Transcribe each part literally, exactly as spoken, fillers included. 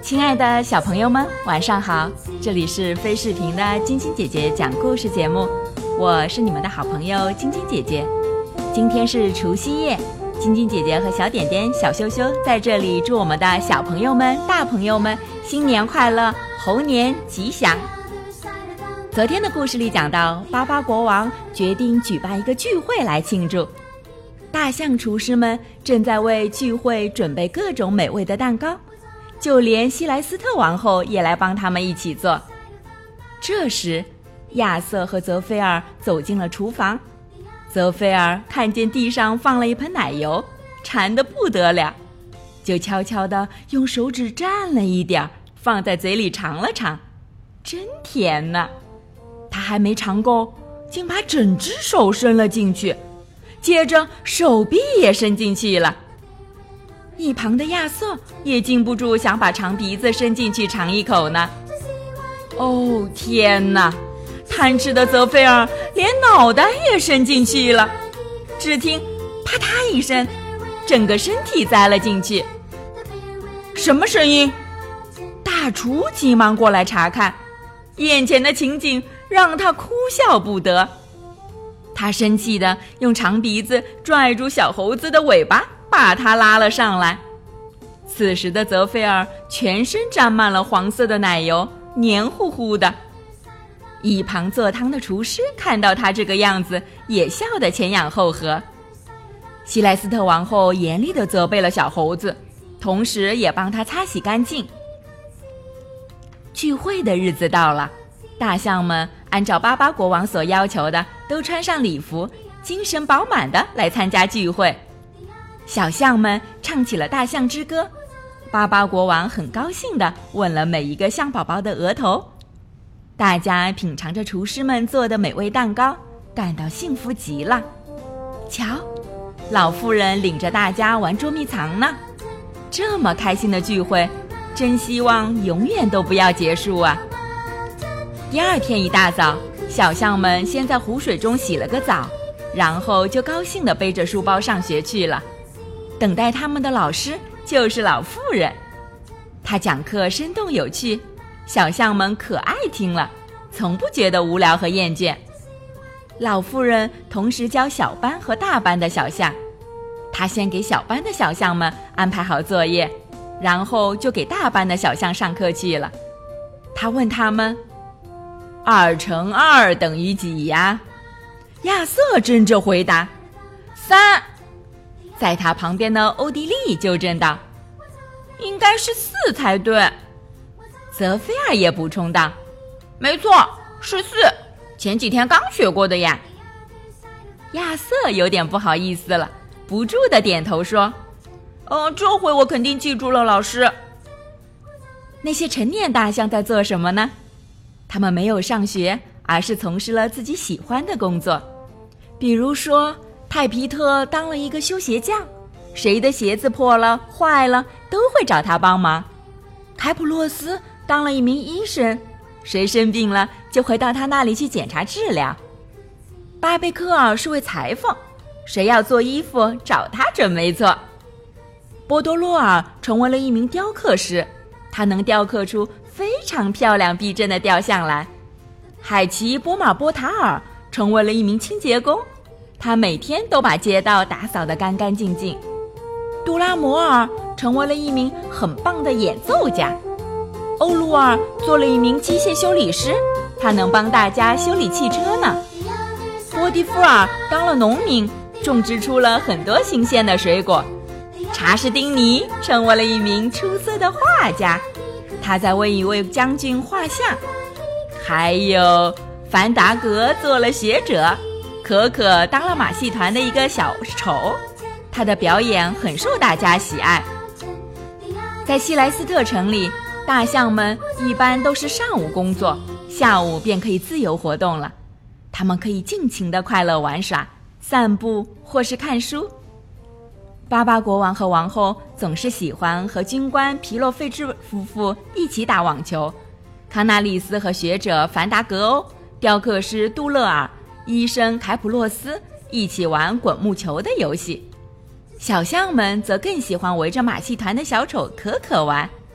亲爱的小朋友们，晚上好！这里是飞视频的晶晶姐姐讲故事节目，我是你们的好朋友晶晶姐姐。今天是除夕夜，晶晶姐姐和小点点、小羞羞在这里祝我们的小朋友们、大朋友们新年快乐，猴年吉祥。昨天的故事里讲到，巴巴国王决定举办一个聚会来庆祝。大象厨师们正在为聚会准备各种美味的蛋糕，就连希莱斯特王后也来帮他们一起做。这时，亚瑟和泽菲尔走进了厨房。泽菲尔看见地上放了一盆奶油，馋得不得了，就悄悄地用手指蘸了一点，放在嘴里尝了尝，真甜呢。他还没尝够，竟把整只手伸了进去，接着手臂也伸进去了。一旁的亚瑟也禁不住想把长鼻子伸进去尝一口呢。哦，天哪！贪吃的泽菲尔连脑袋也伸进去了，只听啪嗒一声，整个身体栽了进去。什么声音？大厨急忙过来查看，眼前的情景让他哭笑不得。他生气地用长鼻子拽住小猴子的尾巴，把它拉了上来。此时的泽菲尔全身沾满了黄色的奶油，黏糊糊的。一旁做汤的厨师看到他这个样子，也笑得前仰后合。希莱斯特王后严厉地责备了小猴子，同时也帮他擦洗干净。聚会的日子到了，大象们按照巴巴国王所要求的，都穿上礼服，精神饱满地来参加聚会。小象们唱起了大象之歌，巴巴国王很高兴地吻了每一个象宝宝的额头。大家品尝着厨师们做的美味蛋糕，感到幸福极了。瞧，老妇人领着大家玩捉迷藏呢。这么开心的聚会，真希望永远都不要结束啊！第二天一大早，小象们先在湖水中洗了个澡，然后就高兴地背着书包上学去了。等待他们的老师就是老妇人，她讲课生动有趣，小象们可爱听了，从不觉得无聊和厌倦。老妇人同时教小班和大班的小象，她先给小班的小象们安排好作业，然后就给大班的小象上课去了。她问他们：二乘二等于几呀？亚瑟争着回答：三。在他旁边的欧迪利纠正道：应该是四才对。泽菲尔也补充道：没错，是四，前几天刚学过的呀。亚瑟有点不好意思了，不住地点头说：哦，这回我肯定记住了，老师。那些成年大象在做什么呢？他们没有上学，而是从事了自己喜欢的工作。比如说，泰皮特当了一个修鞋匠，谁的鞋子破了坏了都会找他帮忙。凯普洛斯当了一名医生，谁生病了就会到他那里去检查治疗。巴贝克尔是位裁缝，谁要做衣服找他准没错。波多洛尔成为了一名雕刻师，他能雕刻出非常漂亮逼真的雕像来。海奇波马波塔尔成为了一名清洁工，他每天都把街道打扫得干干净净。杜拉摩尔成为了一名很棒的演奏家。欧鲁尔做了一名机械修理师，他能帮大家修理汽车呢。波蒂夫尔当了农民，种植出了很多新鲜的水果。查士丁尼成为了一名出色的画家，他在为一位将军画像。还有凡达格做了学者，可可当了马戏团的一个小丑，他的表演很受大家喜爱。在希莱斯特城里，大象们一般都是上午工作，下午便可以自由活动了。他们可以尽情地快乐玩耍、散步或是看书。巴巴国王和王后总是喜欢和军官皮洛费治夫妇一起打网球，康纳利斯和学者凡达格欧、雕刻师杜勒尔、医生凯普洛斯一起玩滚木球的游戏。小象们则更喜欢围着马戏团的小丑可可玩。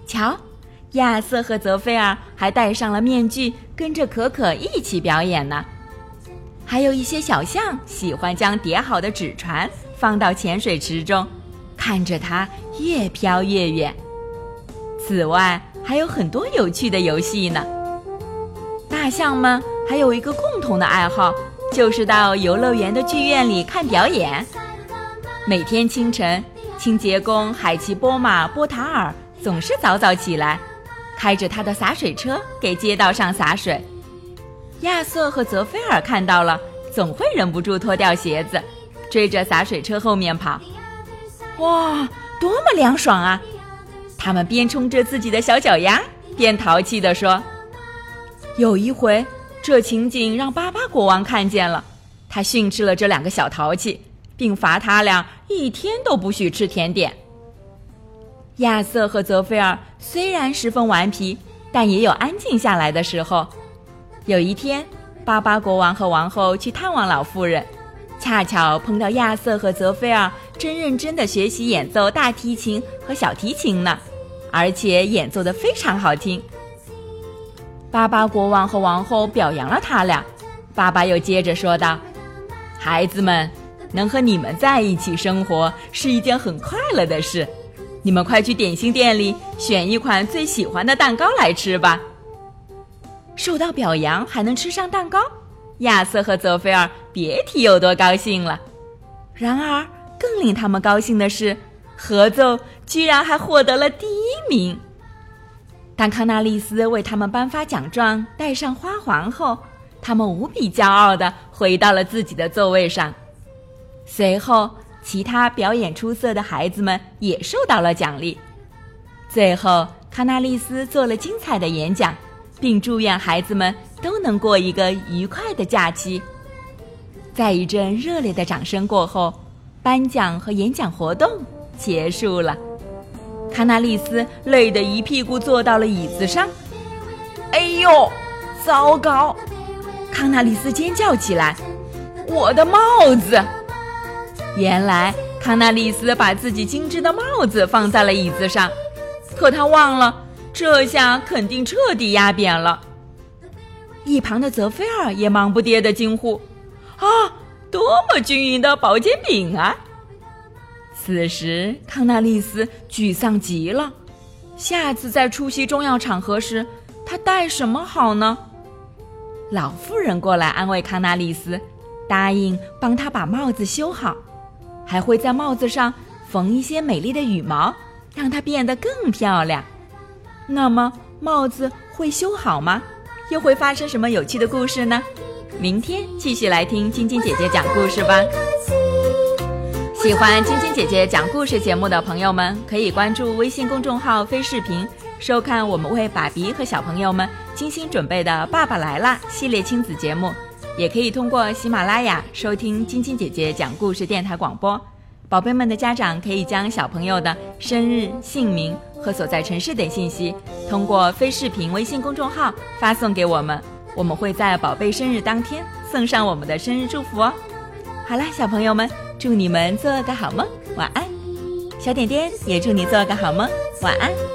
瞧，亚瑟和泽菲尔还戴上了面具，跟着可可一起表演呢。还有一些小象喜欢将叠好的纸船放到潜水池中，看着它越飘越远。此外，还有很多有趣的游戏呢。大象们还有一个共同的爱好，就是到游乐园的剧院里看表演。每天清晨，清洁工海奇波马波塔尔总是早早起来，开着他的洒水车给街道上洒水。亚瑟和泽菲尔看到了，总会忍不住脱掉鞋子，追着洒水车后面跑。哇，多么凉爽啊！他们边冲着自己的小脚丫，边淘气地说。有一回，这情景让巴巴国王看见了，他训斥了这两个小淘气，并罚他俩一天都不许吃甜点。亚瑟和泽菲尔虽然十分顽皮，但也有安静下来的时候。有一天，巴巴国王和王后去探望老妇人，恰巧碰到亚瑟和泽菲尔正认真地学习演奏大提琴和小提琴呢，而且演奏得非常好听。巴巴国王和王后表扬了他俩，爸爸又接着说道：孩子们，能和你们在一起生活是一件很快乐的事，你们快去点心店里选一款最喜欢的蛋糕来吃吧。受到表扬还能吃上蛋糕，亚瑟和泽菲尔别提有多高兴了。然而更令他们高兴的是，合奏居然还获得了第一名。当康纳利斯为他们颁发奖状，戴上花环后，他们无比骄傲地回到了自己的座位上。随后，其他表演出色的孩子们也受到了奖励。最后，康纳利斯做了精彩的演讲，并祝愿孩子们都能过一个愉快的假期。在一阵热烈的掌声过后，颁奖和演讲活动结束了。康纳利斯累得一屁股坐到了椅子上。哎呦，糟糕！康纳利斯尖叫起来，我的帽子！原来康纳利斯把自己精致的帽子放在了椅子上，可他忘了，这下肯定彻底压扁了。一旁的泽菲尔也忙不迭地惊呼：啊，多么均匀的薄煎饼啊！此时康纳利斯沮丧极了，下次在出席重要场合时，他戴什么好呢？老妇人过来安慰康纳利斯，答应帮他把帽子修好，还会在帽子上缝一些美丽的羽毛，让它变得更漂亮。那么帽子会修好吗？又会发生什么有趣的故事呢？明天继续来听晶晶姐姐讲故事吧。喜欢晶晶姐姐讲故事节目的朋友们，可以关注微信公众号飞视频，收看我们为爸比和小朋友们精心准备的爸爸来啦系列亲子节目，也可以通过喜马拉雅收听晶晶姐姐讲故事电台广播。宝贝们的家长可以将小朋友的生日、姓名和所在城市等信息通过飞视频微信公众号发送给我们，我们会在宝贝生日当天送上我们的生日祝福哦。好啦，小朋友们，祝你们做个好梦，晚安。小点点也祝你做个好梦，晚安。